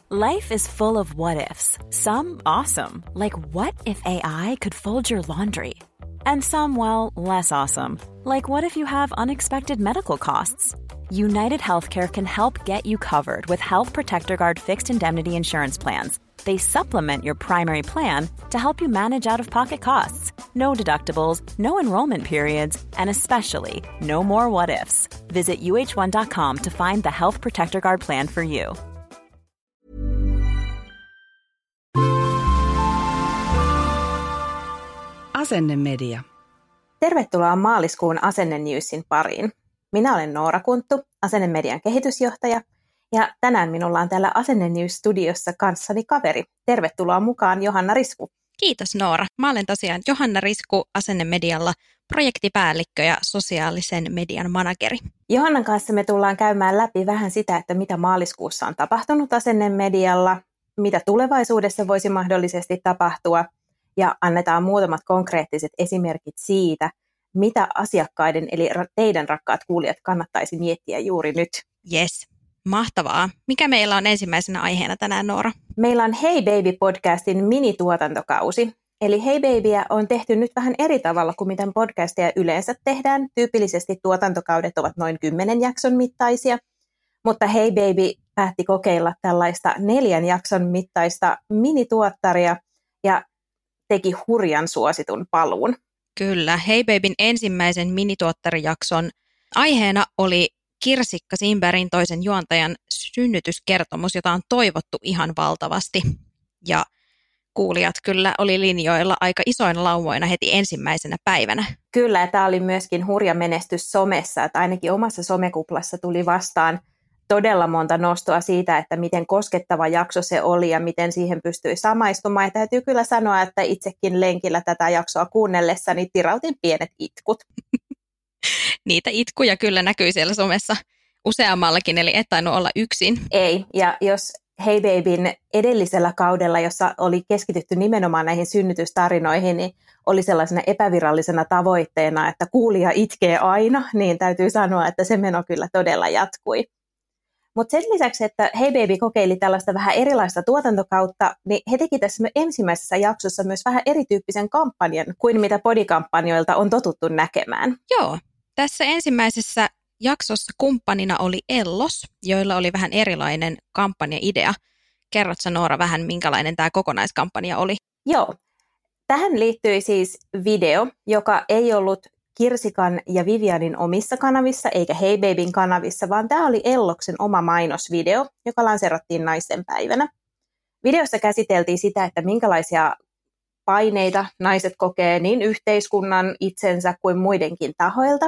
Life is full of what-ifs. Some awesome, like what if AI could fold your laundry? And some, well, less awesome, like what if you have unexpected medical costs? United Healthcare can help get you covered with Health Protector Guard fixed indemnity insurance plans. They supplement your primary plan to help you manage out-of-pocket costs. No deductibles, no enrollment periods, and especially no more what-ifs. Visit uh1.com to find the Health Protector Guard plan for you. Asennemedia. Tervetuloa maaliskuun Asenne-newsin pariin. Minä olen Noora Kunttu, Asennemedian kehitysjohtaja, ja tänään minulla on täällä Asenne-news-studiossa kanssani kaveri. Tervetuloa mukaan Johanna Risku. Kiitos Noora. Mä olen tosiaan Johanna Risku Asennemedialla, projektipäällikkö ja sosiaalisen median manageri. Johannan kanssa me tullaan käymään läpi vähän sitä, että mitä maaliskuussa on tapahtunut Asennemedialla, mitä tulevaisuudessa voisi mahdollisesti tapahtua, ja annetaan muutamat konkreettiset esimerkit siitä, mitä asiakkaiden eli teidän rakkaat kuulijat kannattaisi miettiä juuri nyt. Yes, mahtavaa. Mikä meillä on ensimmäisenä aiheena tänään, Noora? Meillä on Hey Baby-podcastin minituotantokausi. Eli Hey Babyä on tehty nyt vähän eri tavalla kuin miten podcasteja yleensä tehdään. Tyypillisesti tuotantokaudet ovat noin 10 jakson mittaisia, mutta Hey Baby päätti kokeilla tällaista 4 jakson mittaista minituottaria ja teki hurjan suositun paluun. Kyllä, Hey Babyn ensimmäisen minituottarijakson aiheena oli Kirsikka Simbergin toisen juontajan synnytyskertomus, jota on toivottu ihan valtavasti. Ja kuulijat kyllä oli linjoilla aika isoina laumoina heti ensimmäisenä päivänä. Kyllä, ja tämä oli myöskin hurja menestys somessa, että ainakin omassa somekuplassa tuli vastaan todella monta nostoa siitä, että miten koskettava jakso se oli ja miten siihen pystyi samaistumaan. Ja täytyy kyllä sanoa, että itsekin lenkillä tätä jaksoa kuunnellessani tirautin pienet itkut. Niitä itkuja kyllä näkyy siellä somessa useammallakin, eli et tainnut olla yksin. Ei, ja jos Hey Babyn edellisellä kaudella, jossa oli keskitytty nimenomaan näihin synnytystarinoihin, niin oli sellaisena epävirallisena tavoitteena, että kuulija itkee aina, niin täytyy sanoa, että se meno kyllä todella jatkui. Mutta sen lisäksi, että Hey Baby kokeili tällaista vähän erilaista tuotantokautta, niin he teki tässä ensimmäisessä jaksossa myös vähän erityyppisen kampanjan kuin mitä podikampanjoilta on totuttu näkemään. Joo, tässä ensimmäisessä jaksossa kumppanina oli Ellos, joilla oli vähän erilainen kampanjaidea. Kerrotko Noora vähän, minkälainen tämä kokonaiskampanja oli? Joo, tähän liittyi siis video, joka ei ollut Kirsikan ja Vivianin omissa kanavissa eikä Hey Babyn kanavissa, vaan tämä oli Elloksen oma mainosvideo, joka lanseerattiin naistenpäivänä. Videossa käsiteltiin sitä, että minkälaisia paineita naiset kokee niin yhteiskunnan itsensä kuin muidenkin tahoilta.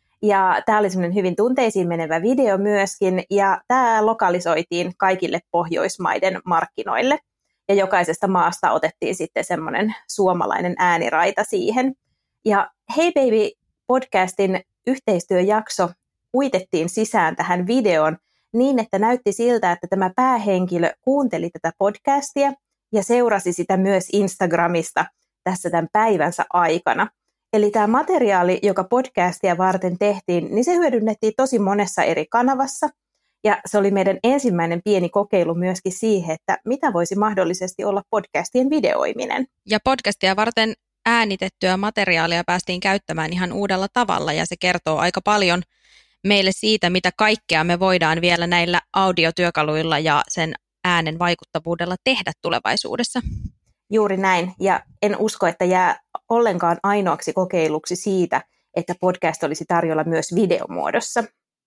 Ja tämä oli semmoinen hyvin tunteisiin menevä video myöskin, ja tämä lokalisoitiin kaikille Pohjoismaiden markkinoille. Ja jokaisesta maasta otettiin sitten semmoinen suomalainen ääniraita siihen. Ja Hey Baby podcastin yhteistyöjakso uitettiin sisään tähän videoon niin, että näytti siltä, että tämä päähenkilö kuunteli tätä podcastia ja seurasi sitä myös Instagramista tässä tämän päivänsä aikana. Eli tämä materiaali, joka podcastia varten tehtiin, niin se hyödynnettiin tosi monessa eri kanavassa. Ja se oli meidän ensimmäinen pieni kokeilu myöskin siihen, että mitä voisi mahdollisesti olla podcastien videoiminen. Ja podcastia varten äänitettyä materiaalia päästiin käyttämään ihan uudella tavalla, ja se kertoo aika paljon meille siitä, mitä kaikkea me voidaan vielä näillä audiotyökaluilla ja sen äänen vaikuttavuudella tehdä tulevaisuudessa. Juuri näin, ja en usko, että jää ollenkaan ainoaksi kokeiluksi siitä, että podcast olisi tarjolla myös videomuodossa.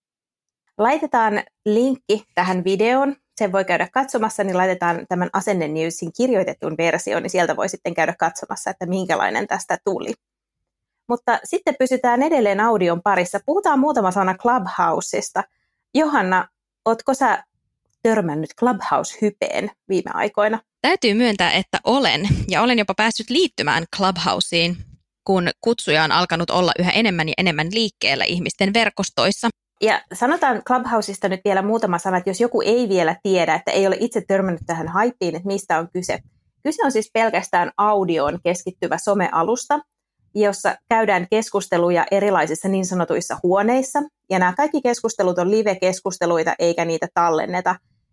Laitetaan linkki tähän videoon. Sen voi käydä katsomassa, niin laitetaan tämän Asenne-newsin kirjoitetun version, niin sieltä voi sitten käydä katsomassa, että minkälainen tästä tuli. Mutta sitten pysytään edelleen audion parissa. Puhutaan muutama sana Clubhousesta. Johanna, ootko sä törmännyt Clubhouse-hypeen viime aikoina? Täytyy myöntää, että olen, ja olen jopa päässyt liittymään Clubhouseen, kun kutsuja on alkanut olla yhä enemmän ja enemmän liikkeellä ihmisten verkostoissa. Ja sanotaan Clubhouseista nyt vielä muutama sana, että jos joku ei vielä tiedä, että ei ole itse törmännyt tähän hypeen, että mistä on kyse. Kyse on siis pelkästään audioon keskittyvä somealusta, jossa käydään keskusteluja erilaisissa niin sanotuissa huoneissa. Ja nämä kaikki keskustelut on live-keskusteluita, eikä niitä tallenneta.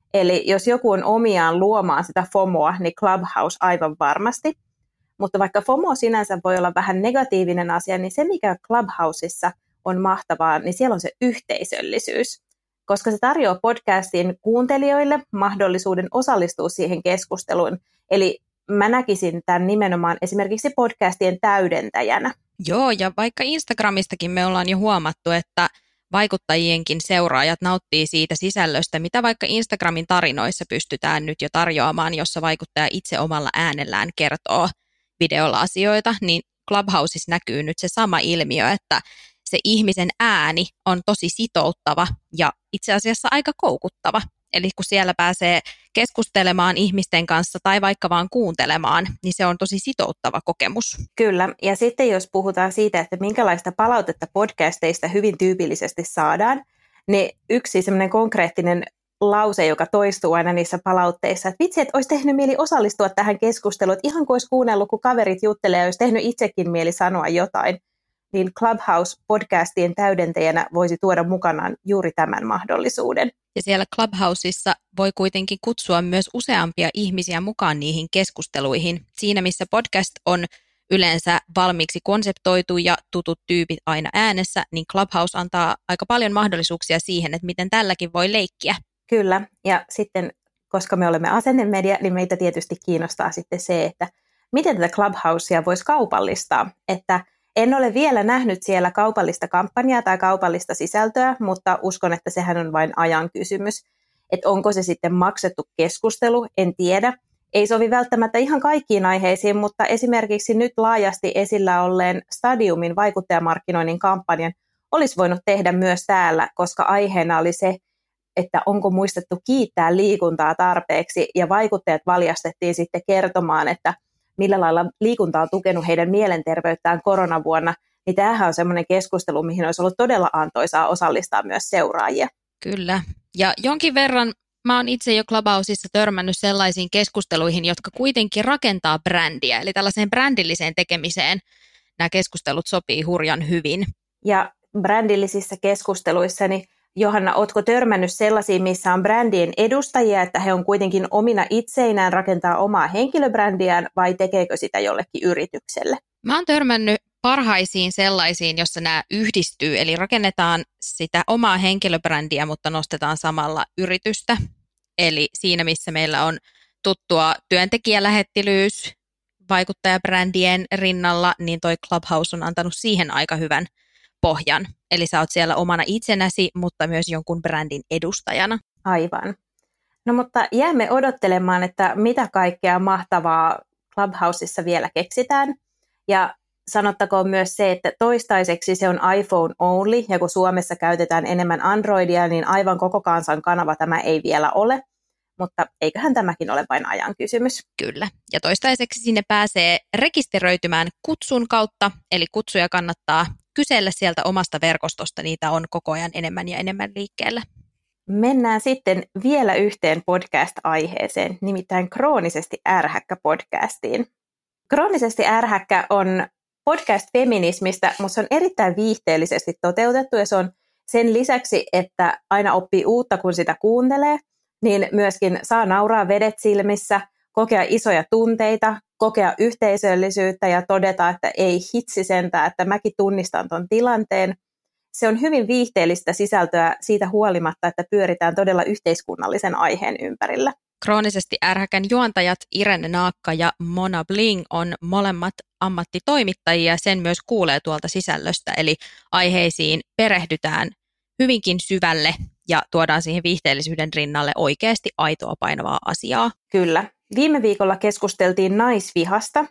Eli jos joku on omiaan luomaan sitä FOMOa, niin Clubhouse aivan varmasti. Mutta vaikka FOMO sinänsä voi olla vähän negatiivinen asia, niin se mikä Clubhouseissa on mahtavaa, niin siellä on se yhteisöllisyys. Koska se tarjoaa podcastin kuuntelijoille mahdollisuuden osallistua siihen keskusteluun. Eli mä näkisin tämän nimenomaan esimerkiksi podcastien täydentäjänä. Joo, ja vaikka Instagramistakin me ollaan jo huomattu, että vaikuttajienkin seuraajat nauttii siitä sisällöstä, mitä vaikka Instagramin tarinoissa pystytään nyt jo tarjoamaan, jossa vaikuttaja itse omalla äänellään kertoo videolla asioita, niin Clubhouseissa näkyy nyt se sama ilmiö, että se ihmisen ääni on tosi sitouttava ja itse asiassa aika koukuttava. Eli kun siellä pääsee keskustelemaan ihmisten kanssa tai vaikka vaan kuuntelemaan, niin se on tosi sitouttava kokemus. Kyllä, ja sitten jos puhutaan siitä, että minkälaista palautetta podcasteista hyvin tyypillisesti saadaan, niin yksi semmoinen konkreettinen lause, joka toistuu aina niissä palautteissa, että vitsi, että olisi tehnyt mieli osallistua tähän keskusteluun, että ihan kuin olisi kuunnellut, kun kaverit juttelee ja olisi tehnyt itsekin mieli sanoa jotain, niin Clubhouse-podcastien täydentäjänä voisi tuoda mukanaan juuri tämän mahdollisuuden. Ja siellä Clubhouseissa voi kuitenkin kutsua myös useampia ihmisiä mukaan niihin keskusteluihin. Siinä missä podcast on yleensä valmiiksi konseptoitu ja tutut tyypit aina äänessä, niin Clubhouse antaa aika paljon mahdollisuuksia siihen, että miten tälläkin voi leikkiä. Kyllä, ja sitten koska me olemme asennemedia, niin meitä tietysti kiinnostaa sitten se, että miten tätä Clubhousea voisi kaupallistaa, että en ole vielä nähnyt siellä kaupallista kampanjaa tai kaupallista sisältöä, mutta uskon, että sehän on vain ajan kysymys. Että onko se sitten maksettu keskustelu, en tiedä. Ei sovi välttämättä ihan kaikkiin aiheisiin, mutta esimerkiksi nyt laajasti esillä olleen Stadiumin vaikuttajamarkkinoinnin kampanjan olisi voinut tehdä myös täällä, koska aiheena oli se, että onko muistettu kiittää liikuntaa tarpeeksi, ja vaikuttajat valjastettiin sitten kertomaan, että millä lailla liikunta on tukenut heidän mielenterveyttään koronavuonna, niin tämähän on semmoinen keskustelu, mihin olisi ollut todella antoisaa osallistaa myös seuraajia. Kyllä, ja jonkin verran mä oon itse jo Clubhouseissa törmännyt sellaisiin keskusteluihin, jotka kuitenkin rakentaa brändiä, eli tällaiseen brändilliseen tekemiseen nämä keskustelut sopii hurjan hyvin. Ja brändillisissä keskusteluissa, niin Johanna, ootko törmännyt sellaisiin, missä on brändien edustajia, että he on kuitenkin omina itseinään rakentaa omaa henkilöbrändiään, vai tekeekö sitä jollekin yritykselle? Mä oon törmännyt parhaisiin sellaisiin, jossa nämä yhdistyy, eli rakennetaan sitä omaa henkilöbrändiä, mutta nostetaan samalla yritystä. Eli siinä, missä meillä on tuttua työntekijälähettilyys vaikuttajabrändien rinnalla, niin toi Clubhouse on antanut siihen aika hyvän pohjan. Eli sä oot siellä omana itsenäsi, mutta myös jonkun brändin edustajana. Aivan. No mutta jäämme odottelemaan, että mitä kaikkea mahtavaa Clubhouseissa vielä keksitään. Ja sanottakoon myös se, että toistaiseksi se on iPhone only, ja kun Suomessa käytetään enemmän Androidia, niin aivan koko kansan kanava tämä ei vielä ole. Mutta eiköhän tämäkin ole vain ajan kysymys. Kyllä. Ja toistaiseksi sinne pääsee rekisteröitymään kutsun kautta, eli kutsuja kannattaa kysellä sieltä omasta verkostosta, niitä on koko ajan enemmän ja enemmän liikkeellä. Mennään sitten vielä yhteen podcast-aiheeseen, nimittäin Kroonisesti ärhäkkä-podcastiin. Kroonisesti ärhäkkä on podcast feminismistä, mutta se on erittäin viihteellisesti toteutettu, ja se on sen lisäksi, että aina oppii uutta, kun sitä kuuntelee, niin myöskin saa nauraa vedet silmissä, kokea isoja tunteita, kokea yhteisöllisyyttä ja todeta, että ei hitsi sentään, että mäkin tunnistan ton tilanteen. Se on hyvin viihteellistä sisältöä siitä huolimatta, että pyöritään todella yhteiskunnallisen aiheen ympärillä. Kroonisesti ärhäkän juontajat Irene Naakka ja Mona Bling on molemmat ammattitoimittajia, sen myös kuulee tuolta sisällöstä, eli aiheisiin perehdytään hyvinkin syvälle ja tuodaan siihen viihteellisyyden rinnalle oikeasti aitoa painavaa asiaa. Kyllä. Viime viikolla keskusteltiin naisvihasta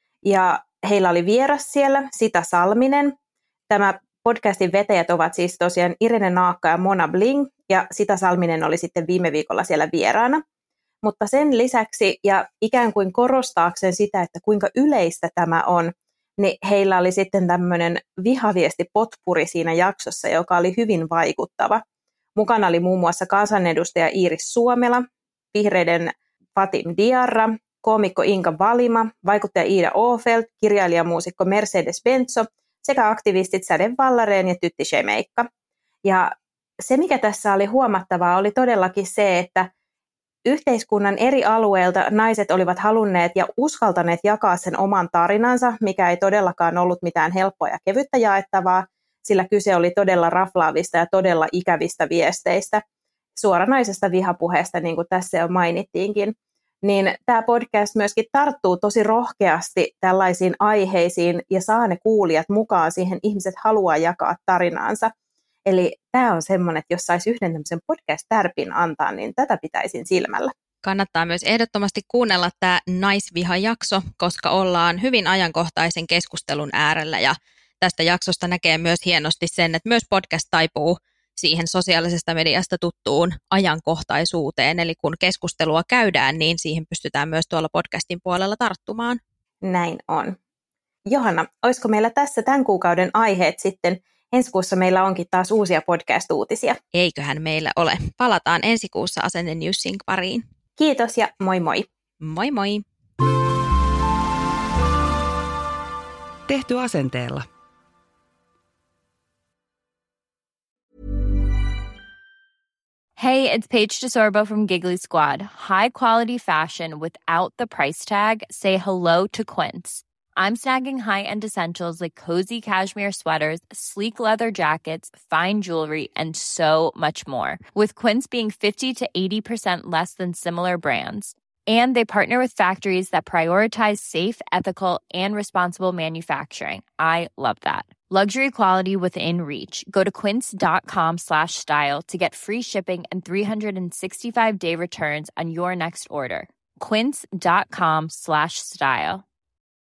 ja heillä oli vieras siellä, Sita Salminen. Tämä podcastin vetäjät ovat siis tosiaan Irene Naakka ja Mona Bling, ja Sita Salminen oli sitten viime viikolla siellä vieraana. Mutta sen lisäksi, ja ikään kuin korostaakseen sitä, että kuinka yleistä tämä on, niin heillä oli sitten tämmöinen vihaviestipotpuri siinä jaksossa, joka oli hyvin vaikuttava. Mukana oli muun muassa kansanedustaja Iiris Suomela, vihreiden Fatim Diarra, koomikko Inka Valima, vaikuttaja Iida Ofeldt, kirjailijamuusikko Mercedes Benzo sekä aktivistit Säde Vallareen ja Tytti Shemeikka. Ja se, mikä tässä oli huomattavaa, oli todellakin se, että yhteiskunnan eri alueilta naiset olivat halunneet ja uskaltaneet jakaa sen oman tarinansa, mikä ei todellakaan ollut mitään helppoa ja kevyttä jaettavaa, sillä kyse oli todella raflaavista ja todella ikävistä viesteistä, suoranaisesta vihapuheesta, niin kuin tässä jo mainittiinkin. Niin tämä podcast myöskin tarttuu tosi rohkeasti tällaisiin aiheisiin ja saa ne kuulijat mukaan siihen, ihmiset haluaa jakaa tarinaansa. Eli tämä on semmoinen, että jos saisi yhden tämmöisen podcast-tärpin antaa, niin tätä pitäisin silmällä. Kannattaa myös ehdottomasti kuunnella tämä naisvihajakso, koska ollaan hyvin ajankohtaisen keskustelun äärellä ja tästä jaksosta näkee myös hienosti sen, että myös podcast taipuu siihen sosiaalisesta mediasta tuttuun ajankohtaisuuteen. Eli kun keskustelua käydään, niin siihen pystytään myös tuolla podcastin puolella tarttumaan. Näin on. Johanna, olisiko meillä tässä tämän kuukauden aiheet sitten? Ensi kuussa meillä onkin taas uusia podcast-uutisia. Eiköhän meillä ole. Palataan ensi kuussa Asenne Newsin pariin. Kiitos ja moi moi. Moi moi. Tehty asenteella. Hey, it's Paige DeSorbo from Giggly Squad. High quality fashion without the price tag. Say hello to Quince. I'm snagging high-end essentials like cozy cashmere sweaters, sleek leather jackets, fine jewelry, and so much more. With Quince being 50 to 80% less than similar brands. And they partner with factories that prioritize safe, ethical, and responsible manufacturing. I love that. Luxury quality within reach. Go to quince.com/style to get free shipping and 365-day returns on your next order. Quince.com/style.